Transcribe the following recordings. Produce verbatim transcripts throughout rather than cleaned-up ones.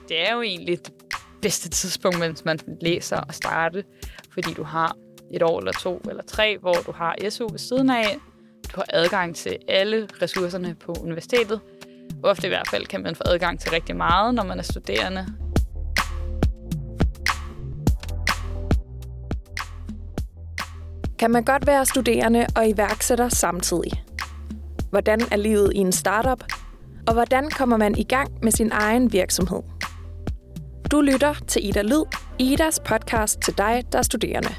det er jo egentlig det bedste tidspunkt, mens man læser og starte, fordi du har et år eller to eller tre, hvor du har S U ved siden af. Du har adgang til alle ressourcerne på universitetet. Ofte i hvert fald kan man få adgang til rigtig meget, når man er studerende. Kan man godt være studerende og iværksætter samtidig? Hvordan er livet i en startup? Og hvordan kommer man i gang med sin egen virksomhed? Du lytter til Ida Lyd, Idas podcast til dig, der er studerende.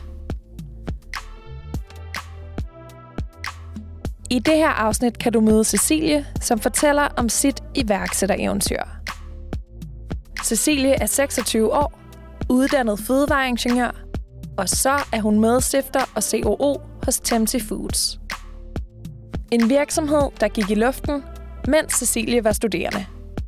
I det her afsnit kan du møde Cecilie, som fortæller om sit iværksættereventyr. Cecilie er seksogtyve år, uddannet fødevareingeniør, og så er hun medstifter og C O O hos Tempti Foods. En virksomhed, der gik i luften, mens Cecilie var studerende.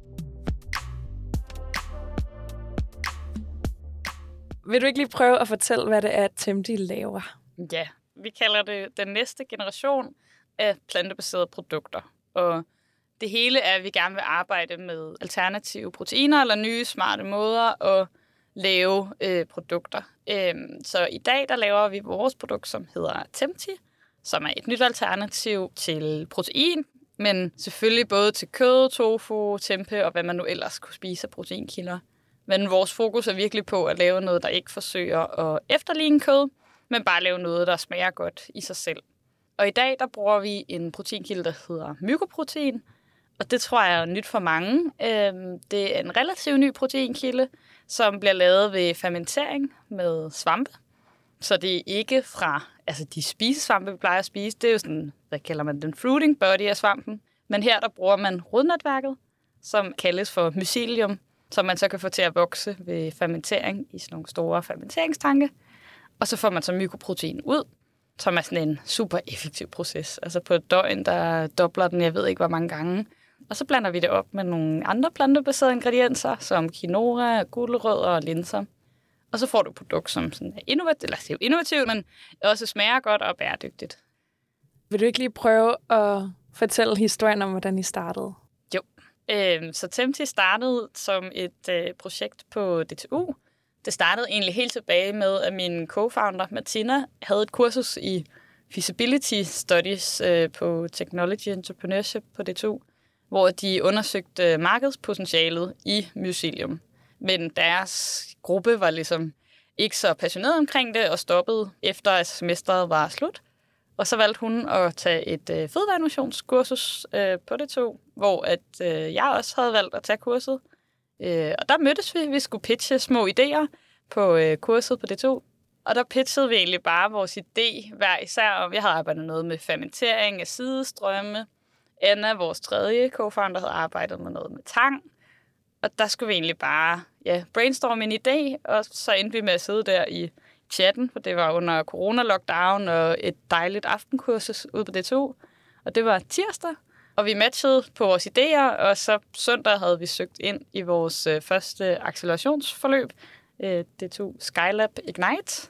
Vil du ikke lige prøve at fortælle, hvad det er, Tempti laver? Ja, vi kalder det den næste generation af plantebaserede produkter. Og det hele er, at vi gerne vil arbejde med alternative proteiner eller nye smarte måder at lave øh, produkter. Øhm, så i dag der laver vi vores produkt, som hedder Tempti, som er et nyt alternativ til protein, men selvfølgelig både til kød, tofu, tempe og hvad man nu ellers kunne spise af proteinkilder. Men vores fokus er virkelig på at lave noget, der ikke forsøger at efterligne kød, men bare lave noget, der smager godt i sig selv. Og i dag der bruger vi en proteinkilde, der hedder mykoprotein, og det tror jeg er nyt for mange. Det er en relativt ny proteinkilde, som bliver lavet ved fermentering med svampe. Så det er ikke fra altså de spisesvampe, vi plejer at spise. Det er jo sådan, hvad kalder man den, fruiting body af svampen. Men her der bruger man rodnetværket, som kaldes for mycelium, som man så kan få til at vokse ved fermentering i sådan nogle store fermenteringstanke. Og så får man så mykoprotein ud, som er sådan en super effektiv proces. Altså på et døgn, der dobler den, jeg ved ikke hvor mange gange. Og så blander vi det op med nogle andre plantebaserede ingredienser, som quinoa, gulerødder og linser. Og så får du et produkt, som sådan er innovativt, eller det er jo innovativt, men også smager godt og bæredygtigt. Vil du ikke lige prøve at fortælle historien om, hvordan I startede? Jo. Øh, så Tempti startede som et øh, projekt på D T U. Det startede egentlig helt tilbage med, at min co-founder, Martina, havde et kursus i Feasibility Studies øh, på Technology Entrepreneurship på D T U, hvor de undersøgte markedspotentialet i mycelium. Men deres gruppe var ligesom ikke så passioneret omkring det og stoppede efter at semesteret var slut. Og så valgte hun at tage et øh, fødevareinnovationskursus øh, på D T U, hvor at, øh, jeg også havde valgt at tage kurset. Øh, og der mødtes vi. Vi skulle pitche små idéer på øh, kurset på D T U. Og der pitchede vi egentlig bare vores idé hver især. Og vi havde arbejdet noget med fermentering af sidestrømme. Anna, vores tredje co-founder, havde arbejdet med noget med tang. Og der skulle vi egentlig bare ja, brainstorme en idé, og så endte vi med at sidde der i chatten, for det var under corona-lockdown og et dejligt aftenkursus ude på D T U. Og det var tirsdag, og vi matchede på vores idéer, og så søndag havde vi søgt ind i vores øh, første accelerationsforløb, øh, D T U Skylab Ignite.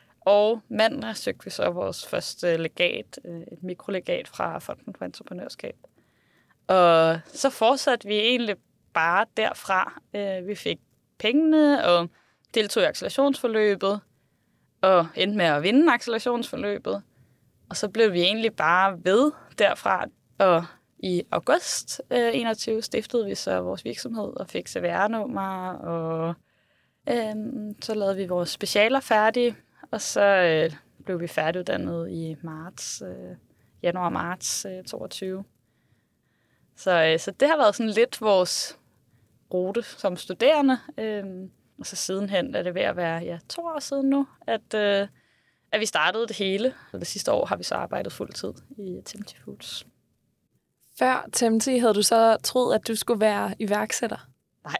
Og mandag søgte vi så vores første legat, øh, et mikrolegat fra Fonden for Entreprenørskab. Og så fortsatte vi egentlig bare derfra. Øh, vi fik pengene og deltog i accelerationsforløbet, og endte med at vinde accelerationsforløbet. Og så blev vi egentlig bare ved derfra, og i august øh, enogtyve stiftede vi så vores virksomhed og fik C V R-nummer, og øh, så lavede vi vores specialer færdige, og så øh, blev vi færdiguddannet i marts, øh, januar-marts øh, toogtyve. Så, øh, så det har været sådan lidt vores rute som studerende, øh, og så sidenhen er det ved at være ja, to år siden nu, at, øh, at vi startede det hele. Og det sidste år har vi så arbejdet fuldtid i Tempti Foods. Før Tempti havde du så troet, at du skulle være iværksætter? Nej.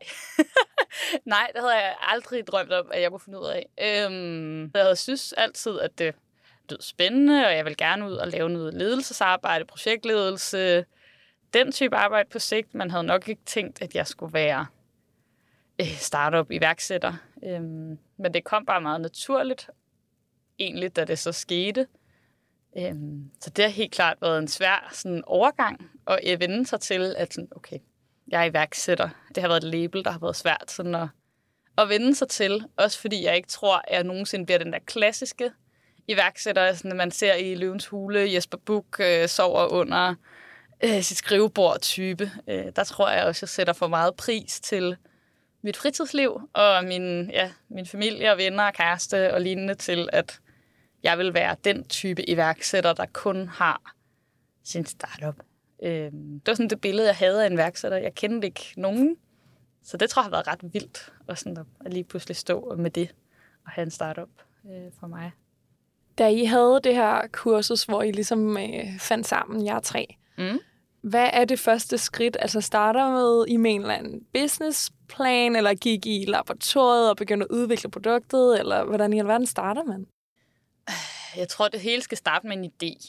Nej, det havde jeg aldrig drømt om, at jeg kunne finde ud af. Øhm, jeg havde synes altid, at det lød spændende, og jeg ville gerne ud og lave noget ledelsesarbejde, projektledelse, den type arbejde på sigt. Man havde nok ikke tænkt, at jeg skulle være øh, startup-iværksætter. Øhm, men det kom bare meget naturligt, egentlig, da det så skete. Øhm, så det har helt klart været en svær sådan, overgang at vende sig til, at sådan, okay, jeg er iværksætter. Det har været et label, der har været svært sådan at, at vende sig til. Også fordi jeg ikke tror, at jeg nogensinde bliver den der klassiske iværksætter, sådan, man ser i Løvens Hule, Jesper Buch øh, sover under øh, sit skrivebord-type. Øh, der tror jeg også, jeg sætter for meget pris til mit fritidsliv og min, ja, min familie og venner og kæreste og lignende til, at jeg vil være den type iværksætter, der kun har sin startup. Øh, det var sådan det billede, jeg havde af en iværksætter. Jeg kendte ikke nogen, så det tror jeg har været ret vildt og sådan at lige pludselig stå med det og have en startup øh, for mig. Da I havde det her kursus, hvor I ligesom øh, fandt sammen, jer tre, mm. hvad er det første skridt? Altså starter med I med en eller anden businessplan, eller gik I i laboratoriet og begyndte at udvikle produktet, eller hvordan i alverden starter man? Jeg tror, det hele skal starte med en idé.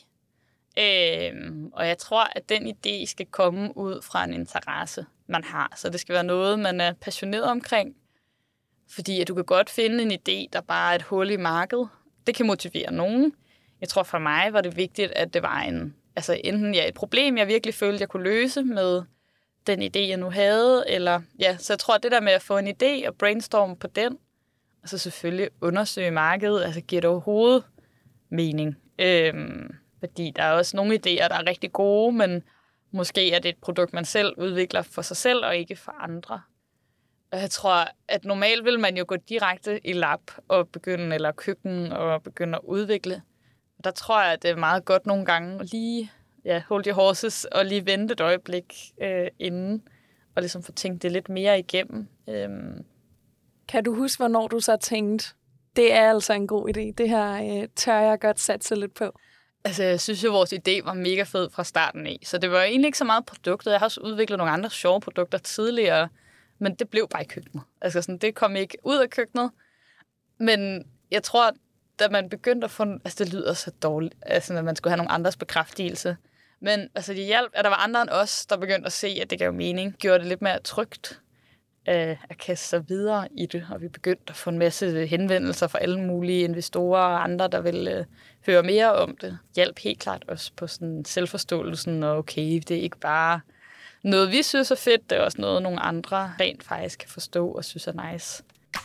Øhm, og jeg tror, at den idé skal komme ud fra en interesse, man har. Så det skal være noget, man er passioneret omkring. Fordi at du kan godt finde en idé, der bare er et hul i markedet. Det kan motivere nogen. Jeg tror for mig var det vigtigt, at det var en, altså enten ja, et problem, jeg virkelig følte, jeg kunne løse med den idé, jeg nu havde. Eller, ja, så jeg tror, at det der med at få en idé og brainstorme på den, og så selvfølgelig undersøge markedet, altså giver det overhovedet mening. Øhm, fordi der er også nogle idéer, der er rigtig gode, men måske er det et produkt, man selv udvikler for sig selv og ikke for andre. Og jeg tror, at normalt vil man jo gå direkte i lab og begynde, eller køkken og begynde at udvikle. Og der tror jeg, at det er meget godt nogle gange at lige ja, hold your horses og lige vente et øjeblik øh, inden, og ligesom få tænkt det lidt mere igennem. Øhm. Kan du huske, hvornår du så tænkte, det er altså en god idé, det her øh, tør jeg godt satse lidt på? Altså, jeg synes jo, at vores idé var mega fed fra starten af. Så det var egentlig ikke så meget produktet. Jeg har også udviklet nogle andre sjove produkter tidligere, men det blev bare i køkkenet. Altså, sådan, det kom ikke ud af køkkenet. Men jeg tror, da man begyndte at få... Altså, det lyder så dårligt, altså, at man skulle have nogle andres bekræftelse. Men altså, det hjalp, at der var andre end os, der begyndte at se, at det gav mening. Gjorde det lidt mere trygt øh, at kaste sig videre i det. Og vi begyndte at få en masse henvendelser fra alle mulige investorer og andre, der ville øh, høre mere om det. Hjalp helt klart også på sådan selvforståelsen, og okay, det er ikke bare noget, vi synes er fedt, det er også noget, nogle andre rent faktisk kan forstå og synes er nice.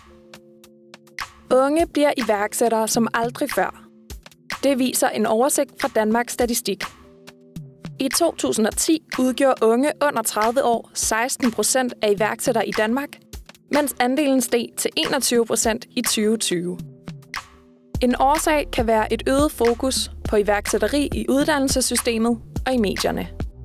Unge bliver iværksættere som aldrig før. Det viser en oversigt fra Danmarks Statistik. I to tusind og ti udgjorde unge under tredive år seksten procent af iværksættere i Danmark, mens andelen steg til enogtyve procent i tyve tyve. En årsag kan være et øget fokus på iværksætteri i uddannelsessystemet og i medierne.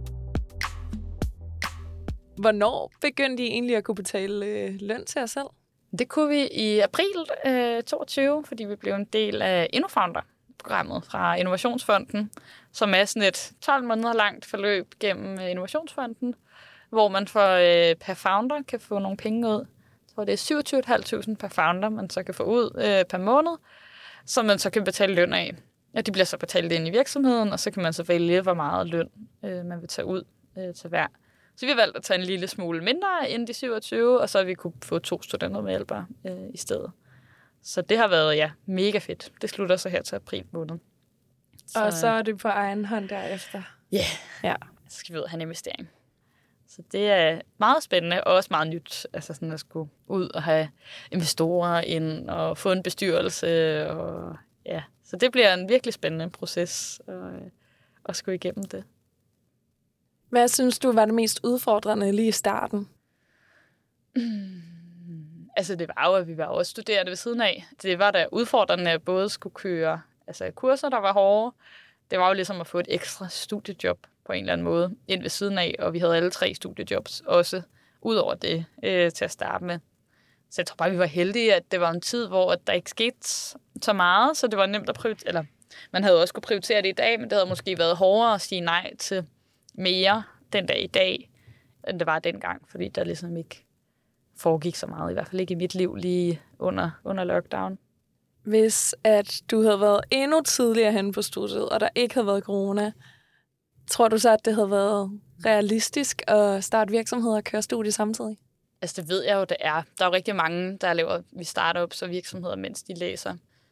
Hvornår begyndte I egentlig at kunne betale øh, løn til jer selv? Det kunne vi i april øh, toogtyve, fordi vi blev en del af InnoFounder-programmet fra Innovationsfonden, som er sådan et tolv måneder langt forløb gennem Innovationsfonden, hvor man for øh, per founder kan få nogle penge ud. Så det er syvogtyve tusind fem hundrede per founder, man så kan få ud øh, per måned, som man så kan betale løn af. Ja, de bliver så betalt ind i virksomheden, og så kan man så vælge, hvor meget løn øh, man vil tage ud øh, til hver. Så vi har valgt at tage en lille smule mindre end de syvogtyve, og så har vi kunne få to studenter med hjælpere øh, i stedet. Så det har været, ja, mega fedt. Det slutter så her til april måned. Så, og så er det på egen hånd derefter? Yeah. Ja, så skal vi ud og have en investering. Så det er meget spændende og også meget nyt, altså sådan at skulle ud og have investorer ind og få en bestyrelse. Og, ja. Så det bliver en virkelig spændende proces at, at skulle igennem det. Hvad synes du var det mest udfordrende lige i starten? Mm. Altså det var jo, at vi var også studerende ved siden af. Det var da udfordrende at både skulle køre altså kurser, der var hårde. Det var jo ligesom at få et ekstra studiejob på en eller anden måde ind ved siden af, og vi havde alle tre studiejobs også ud over det øh, til at starte med. Så jeg tror bare, vi var heldige, at det var en tid, hvor der ikke skete så meget, så det var nemt at prioritere. Eller man havde også kunne prioritere det i dag, men det havde måske været hårdere at sige nej til mere den dag i dag, end det var dengang, fordi der ligesom ikke foregik så meget, i hvert fald ikke i mit liv lige under, under lockdown. Hvis at du havde været endnu tidligere henne på studiet, og der ikke havde været corona, tror du så, at det havde været realistisk at starte virksomheder og køre studie samtidig? Altså det ved jeg jo, det er. Der er jo rigtig mange, der laver vi startups og virksomheder, mens de læser.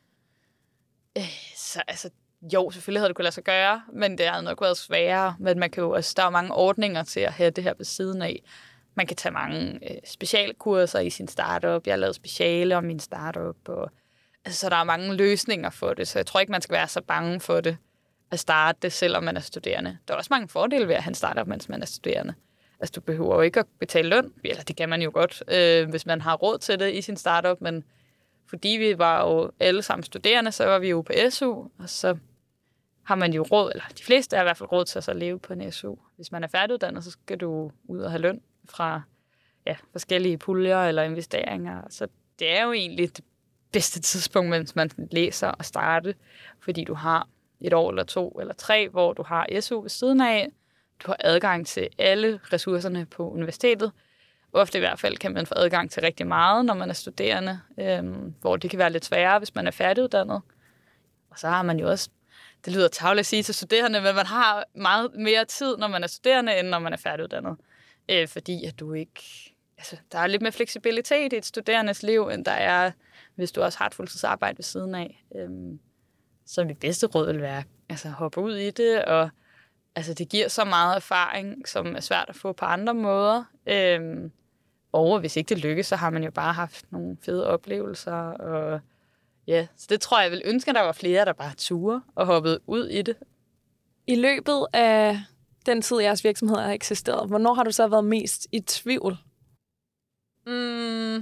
Så altså, jo, selvfølgelig havde det kunne lade sig gøre, men det havde nok været sværere. Men man kan jo, altså, der er jo mange ordninger til at have det her ved siden af. man kan tage mange øh, specialkurser i sin startup. Jeg har lavet speciale om min startup. Og, altså, så der er mange løsninger for det, så jeg tror ikke, man skal være så bange for det at starte det, selvom man er studerende. Der er også mange fordele ved at have en startup, mens man er studerende. Altså, du behøver jo ikke at betale løn, eller det kan man jo godt, øh, hvis man har råd til det i sin startup, men fordi vi var jo alle sammen studerende, så var vi jo på S U, og så har man jo råd, eller de fleste har i hvert fald råd til at så leve på en S U. Hvis man er færdiguddannet, så skal du ud og have løn fra ja, forskellige puljer eller investeringer. Så det er jo egentlig det bedste tidspunkt, mens man læser og starte, fordi du har et år eller to eller tre, hvor du har S U ved siden af. Du har adgang til alle ressourcerne på universitetet. Ofte i hvert fald kan man få adgang til rigtig meget, når man er studerende, øhm, hvor det kan være lidt sværere, hvis man er færdiguddannet. Og så har man jo også, det lyder tarveligt at sige til studerende, men man har meget mere tid, når man er studerende, end når man er færdiguddannet. Øh, fordi at du ikke, altså, der er lidt mere fleksibilitet i et studerendes liv, end der er, hvis du også har et fuldtidsarbejde ved siden af. Øhm, så mit bedste råd vil være, altså hoppe ud i det, og altså, det giver så meget erfaring, som er svært at få på andre måder. Øhm, og hvis ikke det lykkes, så har man jo bare haft nogle fede oplevelser. Og ja, så det tror jeg, jeg vil ønske, at der var flere, der bare turde og hoppede ud i det. I løbet af den tid, jeres virksomhed har eksisteret, hvornår har du så været mest i tvivl? Mm.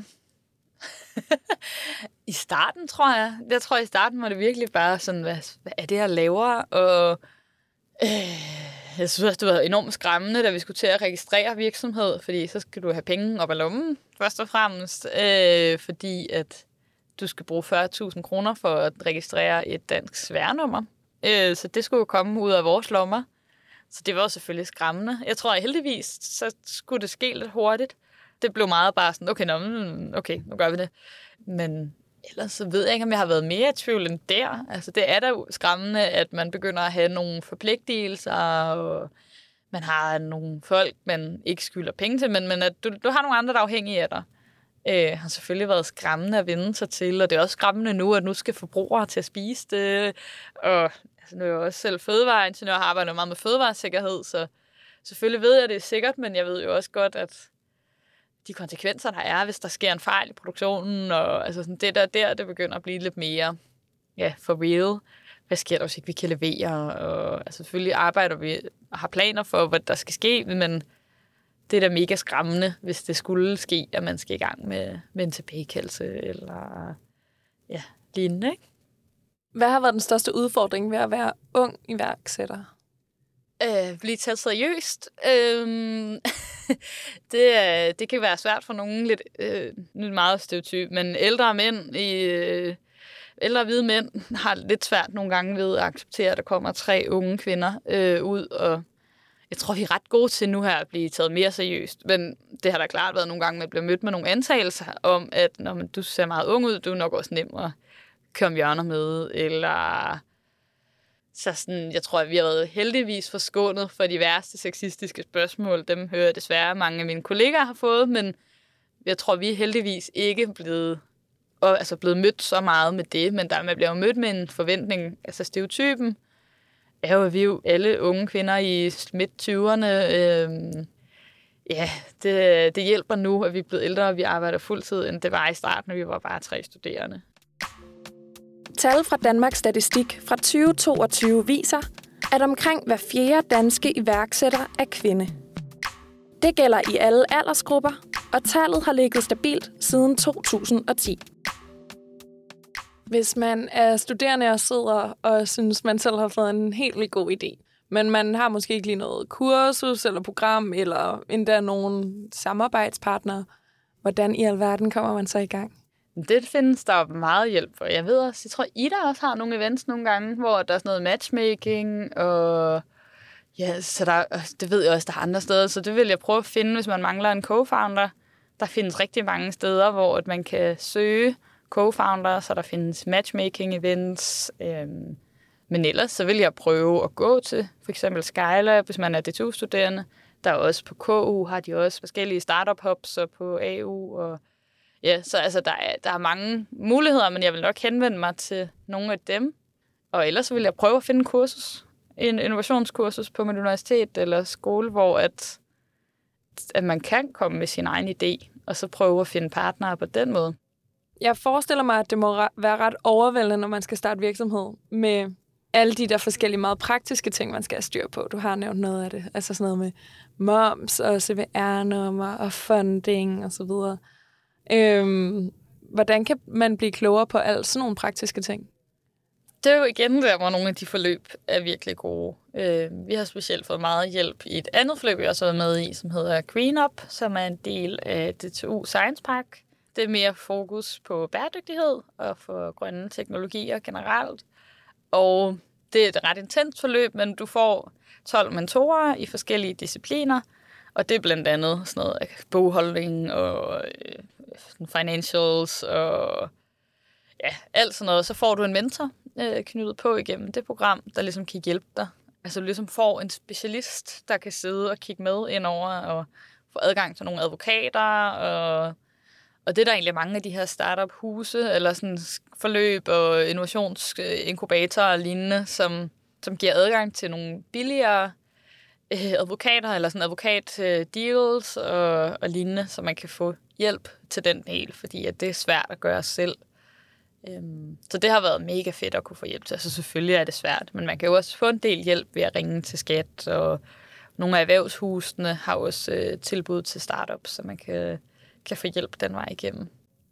I starten, tror jeg. Jeg tror, i starten var det virkelig bare sådan, hvad, hvad er det, jeg laver? Og øh, jeg synes også, det var enormt skræmmende, da vi skulle til at registrere virksomhed, fordi så skal du have penge op ad lommen, først og fremmest, øh, fordi at du skal bruge fyrre tusind kroner for at registrere et dansk sværnummer. Øh, så det skulle jo komme ud af vores lommer. Så det var selvfølgelig skræmmende. Jeg tror, at heldigvis, så skulle det ske lidt hurtigt. Det blev meget bare sådan, okay, nå, okay, nu gør vi det. Men ellers så ved jeg ikke, om jeg har været mere i tvivl end der. Altså, det er da jo skræmmende, at man begynder at have nogle forpligtelser, og man har nogle folk, man ikke skylder penge til, men, men at du, du har nogle andre, der er afhængige af dig. Det øh, har selvfølgelig været skræmmende at vende sig til, og det er også skræmmende nu, at nu skal forbrugere til at spise det. Og altså, nu er jeg også selv fødevareingeniør, og har arbejdet meget med fødevaresikkerhed, så selvfølgelig ved jeg, at det er sikkert, men jeg ved jo også godt, at de konsekvenser, der er, hvis der sker en fejl i produktionen, og altså sådan det der, der, det begynder at blive lidt mere, ja, for real. Hvad sker der, hvis ikke vi kan levere? Og altså, selvfølgelig arbejder vi og har planer for, hvad der skal ske, men det er da mega skræmmende, hvis det skulle ske, at man skal i gang med, med en tilbagekaldelse eller ja, lignende, ikke? Hvad har været den største udfordring ved at være ung iværksætter? Øh, blive taget seriøst. Øhm, det, det kan være svært for nogen, lidt, øh, lidt meget stereotyp, men ældre mænd, i, øh, ældre hvide mænd har lidt svært nogle gange ved at acceptere, at der kommer tre unge kvinder øh, ud, og jeg tror, vi er ret gode til nu her at blive taget mere seriøst, men det har da klart været nogle gange, med at blive mødt med nogle antagelser om, at når man, du ser meget ung ud, du er nok også nem at køre om hjørner med, eller så sådan, jeg tror, at vi har været heldigvis forskånet for de værste sexistiske spørgsmål. Dem hører jeg desværre mange af mine kollegaer har fået, men jeg tror, vi er heldigvis ikke blevet, og, altså blevet mødt så meget med det, men der man bliver jo mødt med en forventning, altså stereotypen er jo, at vi er jo alle unge kvinder i midt tyverne. Øhm, ja, det, det hjælper nu, at vi er blevet ældre, og vi arbejder fuldtid, end det var i starten, når vi var bare tre studerende. Tal fra Danmarks Statistik fra tyve toogtyve viser, at omkring hver fjerde danske iværksætter er kvinde. Det gælder i alle aldersgrupper, og tallet har ligget stabilt siden to tusind og ti. Hvis man er studerende og sidder og synes, man selv har fået en helt vildt god idé, men man har måske ikke lige noget kursus eller program, eller endda nogle samarbejdspartnere, hvordan i alverden kommer man så i gang? Det findes der meget hjælp for. Jeg ved også, jeg tror, Ida også har nogle events nogle gange, hvor der er sådan noget matchmaking, og ja, så der, det ved jeg også, der er andre steder, så det vil jeg prøve at finde, hvis man mangler en co-founder. Der findes rigtig mange steder, hvor man kan søge co-founder, så der findes matchmaking events. Øhm, men ellers så vil jeg prøve at gå til for eksempel Skylab, hvis man er D to studerende. Der er også på K U, har de også forskellige startup hubs, og på A U, og ja, så altså, der, er, der er mange muligheder, men jeg vil nok henvende mig til nogle af dem. Og ellers vil jeg prøve at finde en kursus, en innovationskursus på mit universitet eller skole, hvor at, at man kan komme med sin egen idé, og så prøve at finde partnere på den måde. Jeg forestiller mig, at det må være ret overvældende, når man skal starte virksomhed, med alle de der forskellige meget praktiske ting, man skal have styr på. Du har nævnt noget af det. Altså sådan noget med moms og C V R-nummer og funding og så videre. Øhm, hvordan kan man blive klogere på alle sådan nogle praktiske ting? Det er jo igen der, hvor nogle af de forløb er virkelig gode. Øh, vi har specielt fået meget hjælp i et andet forløb, vi også har været med i, som hedder Green Up, som er en del af D T U Science Park. Det er mere fokus på bæredygtighed og for grønne teknologier generelt. Og det er et ret intens forløb, men du får tolv mentorer i forskellige discipliner, og det er blandt andet sådan noget bogholdning og øh, financials og ja, alt sådan noget. Så får du en mentor øh, knyttet på igennem det program, der ligesom kan hjælpe dig. Altså du ligesom får en specialist, der kan sidde og kigge med ind over og få adgang til nogle advokater og Og det er der egentlig mange af de her startup-huse, eller sådan forløb og innovationsinkubatorer og lignende, som, som giver adgang til nogle billigere øh, advokater, eller sådan advokat-deals og, og lignende, så man kan få hjælp til den del, fordi at det er svært at gøre selv. Øhm, så det har været mega fedt at kunne få hjælp til. Altså selvfølgelig er det svært, men man kan jo også få en del hjælp ved at ringe til skat, og nogle af erhvervshusene har også øh, tilbud til startups, så man kan... kan få hjælp den vej igennem.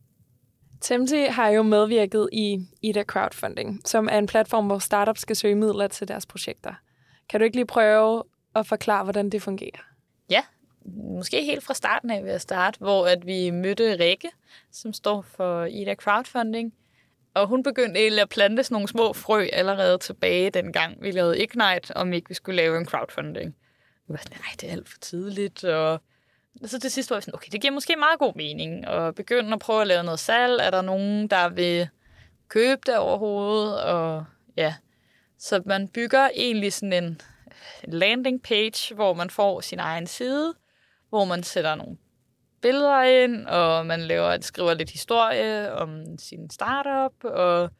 Temti har jo medvirket i Ida Crowdfunding, som er en platform, hvor startups skal søge midler til deres projekter. Kan du ikke lige prøve at forklare, hvordan det fungerer? Ja, måske helt fra starten af ved at starte, hvor at vi mødte Rikke, som står for Ida Crowdfunding, og hun begyndte egentlig at plante sådan nogle små frø allerede tilbage dengang vi lavede Ignite, om ikke vi skulle lave en crowdfunding. Vi var sådan, nej, det er alt for tidligt, og Og så til sidst var jeg sådan, okay, det giver måske meget god mening at begynde at prøve at lave noget salg. Er der nogen, der vil købe det overhovedet? Og ja, så man bygger egentlig sådan en landing page, hvor man får sin egen side, hvor man sætter nogle billeder ind, og man laver, skriver lidt historie om sin startup, og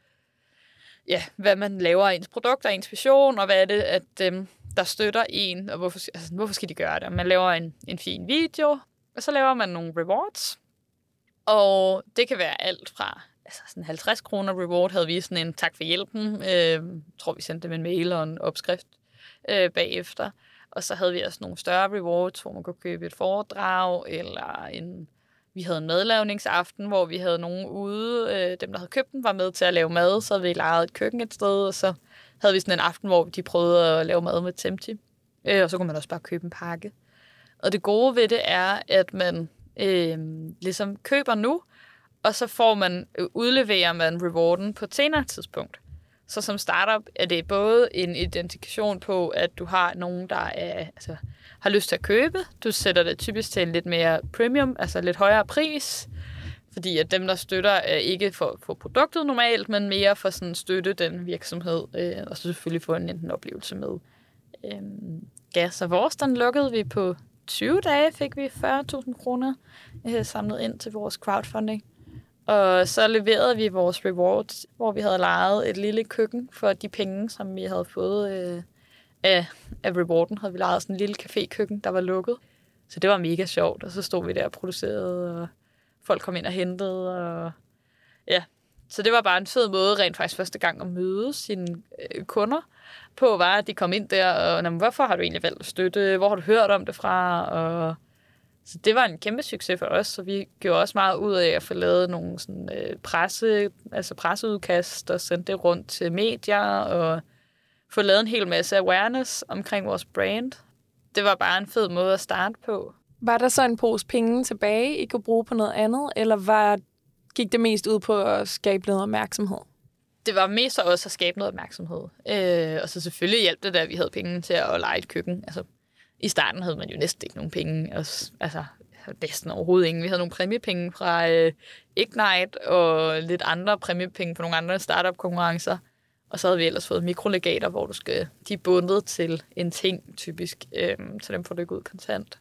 ja, hvad man laver af ens produkter, ens vision, og hvad er det, at dem, der støtter en, og hvorfor, altså, hvorfor skal de gøre det? Man laver en, en fin video, og så laver man nogle rewards, og det kan være alt fra altså sådan halvtreds kroner reward, havde vi sådan en tak for hjælpen, øh, jeg tror vi sendte dem en mail og en opskrift øh, bagefter, og så havde vi også nogle større rewards, hvor man kunne købe et foredrag, eller en, vi havde en madlavningsaften, hvor vi havde nogen ude, øh, dem der havde købt den var med til at lave mad, så havde vi lejet et køkken et sted, og så havde vi sådan en aften, hvor de prøvede at lave mad med Temti. Øh, og så kunne man også bare købe en pakke. Og det gode ved det er, at man øh, ligesom køber nu, og så får man, øh, udleverer man rewarden på et senere tidspunkt. Så som startup er det både en identifikation på, at du har nogen, der er, altså, har lyst til at købe. Du sætter det typisk til en lidt mere premium, altså lidt højere pris. Fordi at dem, der støtter, er ikke for, for produktet normalt, men mere for sådan støtte den virksomhed, øh, og så selvfølgelig få en enten oplevelse med. Øh, ja, så vores, den lukkede vi på tyve dage, fik vi fyrre tusind kroner øh, samlet ind til vores crowdfunding. Og så leverede vi vores rewards, hvor vi havde lejet et lille køkken for de penge, som vi havde fået øh, af, af rewarden. Havde vi lejet sådan en lille café-køkken, der var lukket. Så det var mega sjovt, og så stod vi der og producerede, og folk kom ind og hentede, og ja. Så det var bare en fed måde, rent faktisk første gang at møde sine øh, kunder på, var, at de kom ind der, og hvorfor har du egentlig valgt at støtte? Hvor har du hørt om det fra? Og så det var en kæmpe succes for os, så vi gjorde også meget ud af at få lavet nogle sådan, øh, presse, altså presseudkast og sendte det rundt til medier og få lavet en hel masse awareness omkring vores brand. Det var bare en fed måde at starte på. Var der så en pose penge tilbage, I kunne bruge på noget andet, eller var, gik det mest ud på at skabe noget opmærksomhed? Det var mest også at skabe noget opmærksomhed. Øh, og så selvfølgelig hjalp det, da vi havde penge til at leje et køkken. Altså, i starten havde man jo næsten ikke nogen penge. Og, altså, næsten overhovedet ingen. Vi havde nogle præmiepenge fra øh, Ignite og lidt andre præmiepenge på nogle andre startup-konkurrencer. Og så havde vi ellers fået mikrolegater, hvor du skal, de er bundet til en ting, typisk. Øh, så dem får du ikke ud kontant.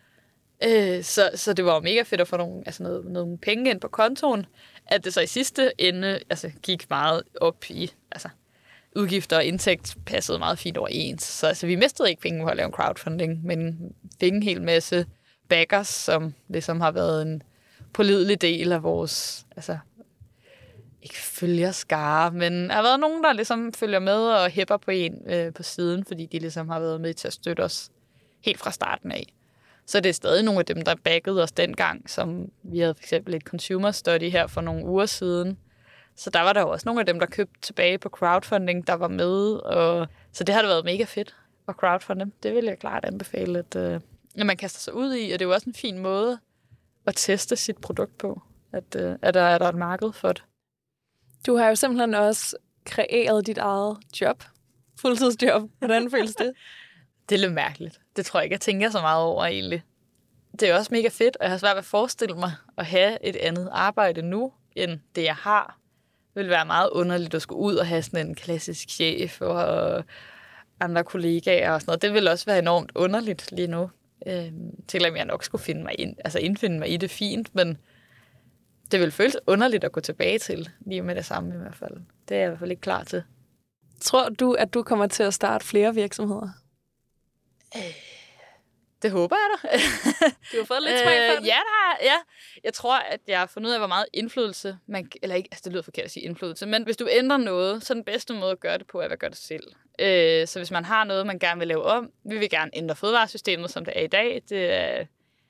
Øh, så, så det var jo mega fedt at få nogle, altså noget, nogle penge ind på kontoen. At det så i sidste ende altså, gik meget op i altså, udgifter og indtægt passede meget fint overens. Så altså, vi mistede ikke penge på at lave en crowdfunding, men fik en hel masse backers, som ligesom har været en pålidelig del af vores, altså ikke følger skare, men der har været nogen, der ligesom følger med og hæpper på en øh, på siden, fordi de ligesom har været med til at støtte os helt fra starten af. Så det er stadig nogle af dem, der backede os dengang, som vi havde for eksempel et consumer study her for nogle uger siden. Så der var der jo også nogle af dem, der købte tilbage på crowdfunding, der var med. Og så det har det været mega fedt at crowdfunde. Det vil jeg klart anbefale, at, øh, at man kaster sig ud i. Og det er jo også en fin måde at teste sit produkt på, at, øh, at der er der et marked for det. Du har jo simpelthen også kreeret dit eget job. Fuldtidsjob. Hvordan føles det? Det er lidt mærkeligt. Det tror jeg ikke, jeg tænker så meget over egentlig. Det er også mega fedt, og jeg har svært ved at forestille mig at have et andet arbejde nu, end det jeg har. Det ville være meget underligt at skulle ud og have sådan en klassisk chef og andre kollegaer og sådan noget. Det ville også være enormt underligt lige nu. Øhm, til at jeg nok skulle finde mig ind, altså indfinde mig i det fint, men det ville føles underligt at gå tilbage til, lige med det samme i hvert fald. Det er jeg i hvert fald ikke klar til. Tror du, at du kommer til at starte flere virksomheder? Det håber jeg da. Du har fået lidt smag for det? Øh, ja, der, ja. Jeg tror, at jeg har fundet ud af, hvor meget indflydelse, man, eller ikke, altså det lyder forkert at sige indflydelse, men hvis du ændrer noget, så er den bedste måde at gøre det på, er at gøre det selv. Øh, så hvis man har noget, man gerne vil lave om, vi vil gerne ændre fødevaresystemet, som det er i dag. Det er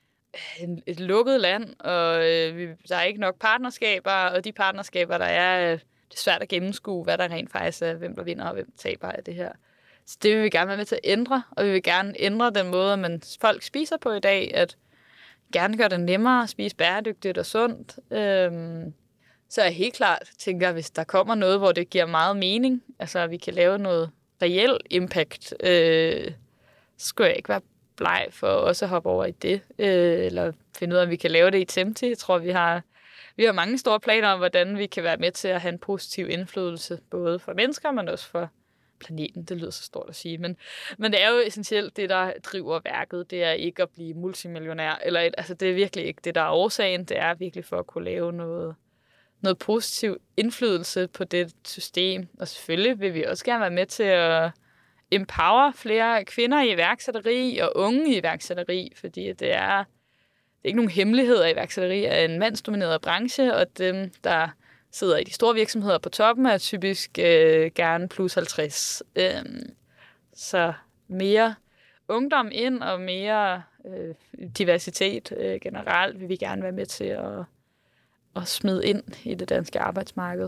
et lukket land, og øh, der er ikke nok partnerskaber, og de partnerskaber, der er, det er svært at gennemskue, hvad der rent faktisk er, hvem der vinder og hvem der taber af det her. Så det vil vi gerne være med til at ændre, og vi vil gerne ændre den måde, man folk spiser på i dag, at gerne gøre det nemmere at spise bæredygtigt og sundt. Øhm, så er jeg helt klart, tænker, hvis der kommer noget, hvor det giver meget mening, altså at vi kan lave noget reel impact, øh, så skulle jeg ikke være bleg for også at hoppe over i det, øh, eller finde ud af, om vi kan lave det i Temti. Jeg tror, vi har, vi har mange store planer om, hvordan vi kan være med til at have en positiv indflydelse, både for mennesker, men også for planeten. Det lyder så stort at sige, men, men det er jo essentielt det, der driver værket. Det er ikke at blive multimillionær, eller et, altså det er virkelig ikke det, der er årsagen. Det er virkelig for at kunne lave noget, noget positiv indflydelse på det system. Og selvfølgelig vil vi også gerne være med til at empower flere kvinder i iværksætteri og unge i iværksætteri, fordi det er, det er ikke nogen hemmeligheder i iværksætteri af en mandsdomineret branche, og dem, der sidder i de store virksomheder på toppen, er typisk øh, gerne plus halvtreds. Øhm, så mere ungdom ind og mere øh, diversitet øh, generelt vil vi gerne være med til at, at smide ind i det danske arbejdsmarked.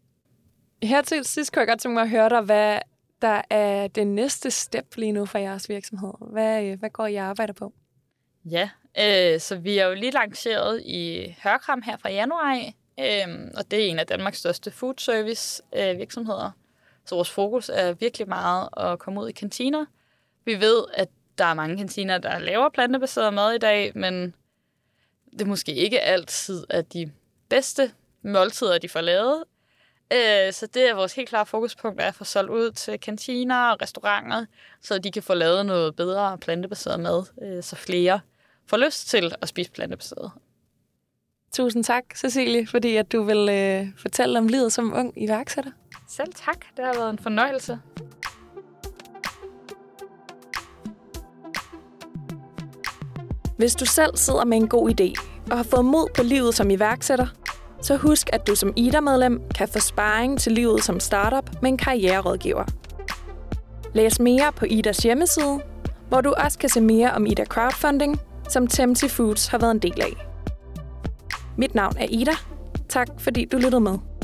Her til sidst kunne jeg godt tænke mig at høre dig, hvad der er det næste step lige nu for jeres virksomhed. Hvad, hvad går I arbejder på? Ja, øh, så vi er jo lige lanceret i Hørkram her fra januar af, Øhm, og det er en af Danmarks største food service øh, virksomheder. Så vores fokus er virkelig meget at komme ud i kantiner. Vi ved, at der er mange kantiner, der laver plantebaseret mad i dag, men det er måske ikke altid at de bedste måltider, de får lavet. Øh, så det er vores helt klare fokuspunkt, er at få solgt ud til kantiner og restauranter, så de kan få lavet noget bedre plantebaseret mad, øh, så flere får lyst til at spise plantebaseret. Tusind tak, Cecilie, fordi at du vil øh, fortælle om livet som ung iværksætter. Selv tak. Det har været en fornøjelse. Hvis du selv sidder med en god idé og har fået mod på livet som iværksætter, så husk, at du som Ida-medlem kan få sparring til livet som startup med en karriererådgiver. Læs mere på Idas hjemmeside, hvor du også kan se mere om Ida Crowdfunding, som Temti Foods har været en del af. Mit navn er Ida. Tak fordi du lyttede med.